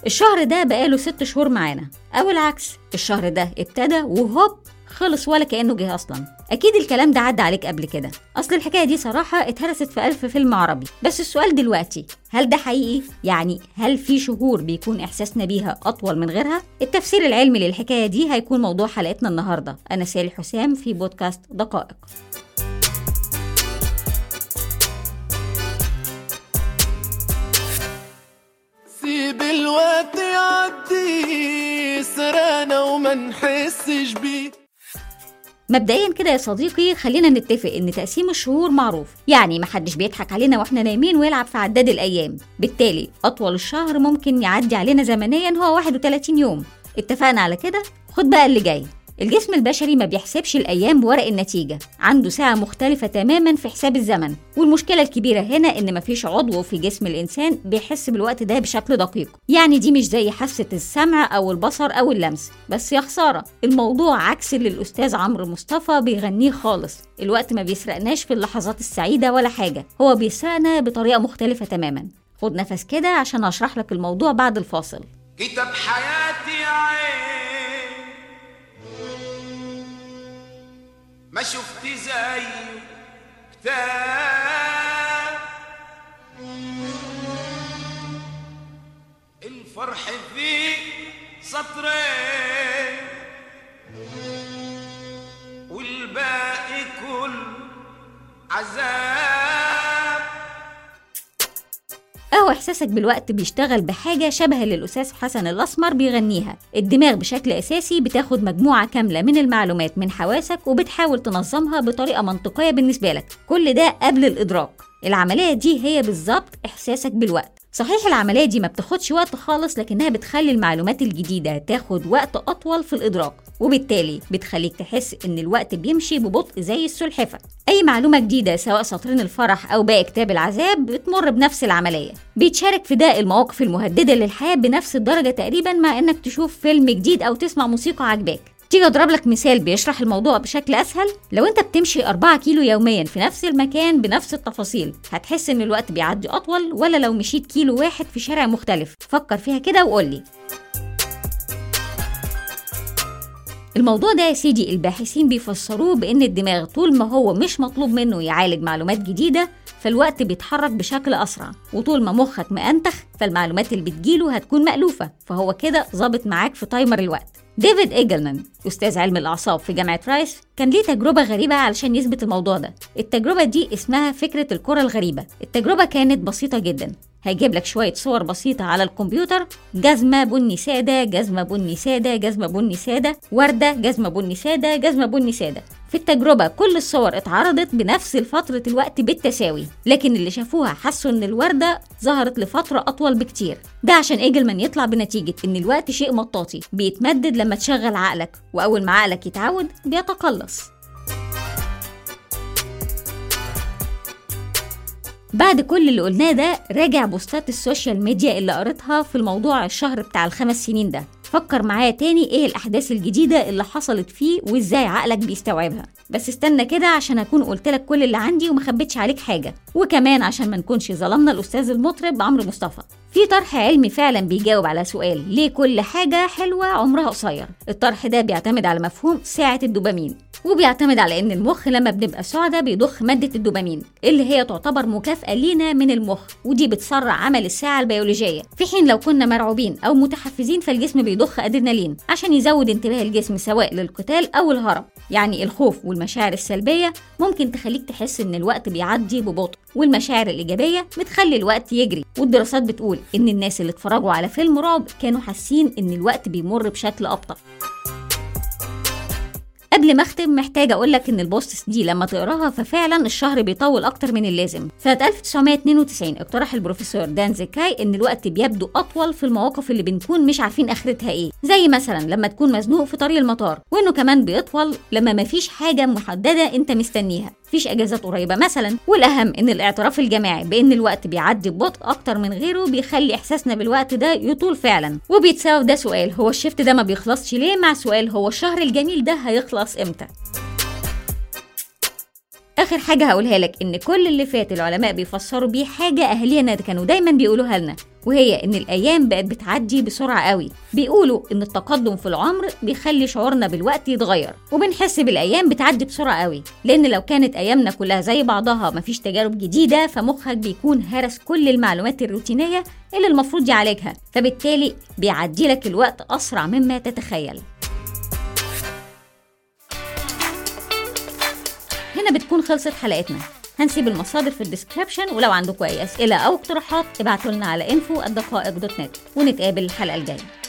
الشهر ده بقاله 6 شهور معانا، أو العكس، الشهر ده ابتدى وهوب خلص ولا كأنه جه أصلا. أكيد الكلام ده عدى عليك قبل كده، أصل الحكاية دي صراحة اتهرست في 1000 فيلم عربي. بس السؤال دلوقتي، هل ده حقيقي؟ يعني هل في شهور بيكون إحساسنا بيها أطول من غيرها؟ التفسير العلمي للحكاية دي هيكون موضوع حلقتنا النهاردة. أنا سالي حسام في بودكاست دقائق. سيب الوقت يعدي سرانا وما نحسش بيه. مبدئيا كده يا صديقي، خلينا نتفق ان تقسيم الشهور معروف، يعني محدش بيضحك علينا واحنا نايمين ويلعب في عداد الايام. بالتالي اطول الشهر ممكن يعدي علينا زمنيا هو 31 يوم. اتفقنا على كده؟ خد بقى اللي جاي. الجسم البشري ما بيحسبش الأيام بورق النتيجة، عنده ساعة مختلفة تماما في حساب الزمن. والمشكلة الكبيرة هنا إن مفيش عضو في جسم الإنسان بيحس بالوقت ده بشكل دقيق. يعني دي مش زي حاسة السمع أو البصر أو اللمس. بس يا خسارة، الموضوع عكس اللي الأستاذ عمرو مصطفى بيغنيه خالص. الوقت ما بيسرقناش في اللحظات السعيدة ولا حاجة، هو بيسرقنا بطريقة مختلفة تماما. خد نفس كده عشان أشرح لك الموضوع بعد الفاصل. كتاب حياتي يا عين ما شفت زيه كتاب، الفرح فيه سطرين والباقي كل عذاب. أهو إحساسك بالوقت بيشتغل بحاجة شبه اللي الأستاذ حسن الأسمر بيغنيها. الدماغ بشكل أساسي بتاخد مجموعة كاملة من المعلومات من حواسك وبتحاول تنظمها بطريقة منطقية بالنسبة لك، كل ده قبل الإدراك. العملية دي هي بالظبط إحساسك بالوقت. صحيح العملية دي ما بتاخدش وقت خالص، لكنها بتخلي المعلومات الجديدة تاخد وقت أطول في الإدراك، وبالتالي بتخليك تحس إن الوقت بيمشي ببطء زي السلحفة. أي معلومة جديدة سواء سطرين الفرح أو باقي كتاب العذاب بتمر بنفس العملية. بيتشارك في ده المواقف المهددة للحياة بنفس الدرجة تقريبا مع إنك تشوف فيلم جديد أو تسمع موسيقى عجباك. تيجي أضرب لك مثال بيشرح الموضوع بشكل أسهل. لو أنت بتمشي 4 كيلو يوميا في نفس المكان بنفس التفاصيل، هتحس إن الوقت بيعدي أطول ولا لو مشيت كيلو واحد في شارع مختلف؟ فكر فيها كده وقولي. الموضوع ده يا سيدي الباحثين بيفسروه بإن الدماغ طول ما هو مش مطلوب منه يعالج معلومات جديدة، فالوقت بيتحرك بشكل أسرع، وطول ما مخك مأنتخ فالمعلومات اللي بتجيله هتكون مألوفة، فهو كده ظابط معاك في تايمر الوقت. ديفيد إيجلمان أستاذ علم الأعصاب في جامعة رايس كان ليه تجربة غريبة علشان يثبت الموضوع ده. التجربة دي اسمها فكرة الكرة الغريبة. التجربة كانت بسيطة جدا. هيجيب لك شوية صور بسيطة على الكمبيوتر: جزمة بني سادة، جزمة بني سادة، جزمة بني سادة، وردة، جزمة بني سادة، جزمة بني سادة. في التجربة كل الصور اتعرضت بنفس فترة الوقت بالتساوي، لكن اللي شافوها حسوا ان الوردة ظهرت لفترة أطول بكتير. ده عشان إيجلمان يطلع بنتيجة ان الوقت شيء مطاطي بيتمدد لما تشغل عقلك، وأول ما عقلك يتعود بيتقلص. بعد كل اللي قلناه ده، راجع بوستات السوشيال ميديا اللي قريتها في الموضوع الشهر بتاع ال5 سنين ده. فكر معايا تاني ايه الأحداث الجديدة اللي حصلت فيه وازاي عقلك بيستوعبها. بس استنى كده عشان أكون قلت لك كل اللي عندي ومخبتش عليك حاجة، وكمان عشان ما نكونش ظلمنا الأستاذ المطرب عمرو مصطفى. في طرح علمي فعلا بيجاوب على سؤال ليه كل حاجة حلوة عمرها قصير. الطرح ده بيعتمد على مفهوم ساعة الدوبامين، وبيعتمد على ان المخ لما بنبقى سعداء بيضخ مادة الدوبامين اللي هي تعتبر مكافأة لينا من المخ، ودي بتسرع عمل الساعة البيولوجية. في حين لو كنا مرعوبين او متحفزين فالجسم بيضخ ادرينالين عشان يزود انتباه الجسم سواء للقتال او الهرب. يعني الخوف والمشاعر السلبية ممكن تخليك تحس ان الوقت بيعدي ببطء، والمشاعر الإيجابية بتخلي الوقت يجري. والدراسات بتقول ان الناس اللي اتفرجوا على فيلم رعب كانوا حاسين ان الوقت بيمر بشكل أبطأ. قبل ما اختم محتاجه اقول لك ان البوستس دي لما تقراها ففعلا الشهر بيطول اكتر من اللازم. سنه 1992 اقترح البروفيسور دان زيكاي ان الوقت بيبدو اطول في المواقف اللي بنكون مش عارفين اخرتها ايه، زي مثلا لما تكون مزنوق في طريق المطار، وانه كمان بيطول لما مفيش حاجه محدده انت مستنيها، مفيش اجازات قريبه مثلا. والاهم ان الاعتراف الجماعي بان الوقت بيعدي ببطء اكتر من غيره بيخلي احساسنا بالوقت ده يطول فعلا. وبيتساوي ده سؤال هو الشفت ده ما بيخلصش ليه مع سؤال هو الشهر الجميل ده هيخلص امتى. اخر حاجه هقولها لك ان كل اللي فات العلماء بيفسروا بيه حاجه اهالينا كانوا دايما بيقولوها لنا، وهي إن الأيام بقت بتعدي بسرعة قوي. بيقولوا إن التقدم في العمر بيخلي شعورنا بالوقت يتغير، وبنحس بالأيام بتعدي بسرعة قوي، لأن لو كانت أيامنا كلها زي بعضها مفيش تجارب جديدة، فمخك بيكون هرس كل المعلومات الروتينية اللي المفروض يعالجها، فبالتالي بيعدي لك الوقت أسرع مما تتخيل. هنا بتكون خلصت حلقتنا. هنسيب المصادر في الديسكريبشن، ولو عندكم أي أسئلة أو اقتراحات ابعتوا لنا على info@daqaiq.net، ونتقابل الحلقة الجاية.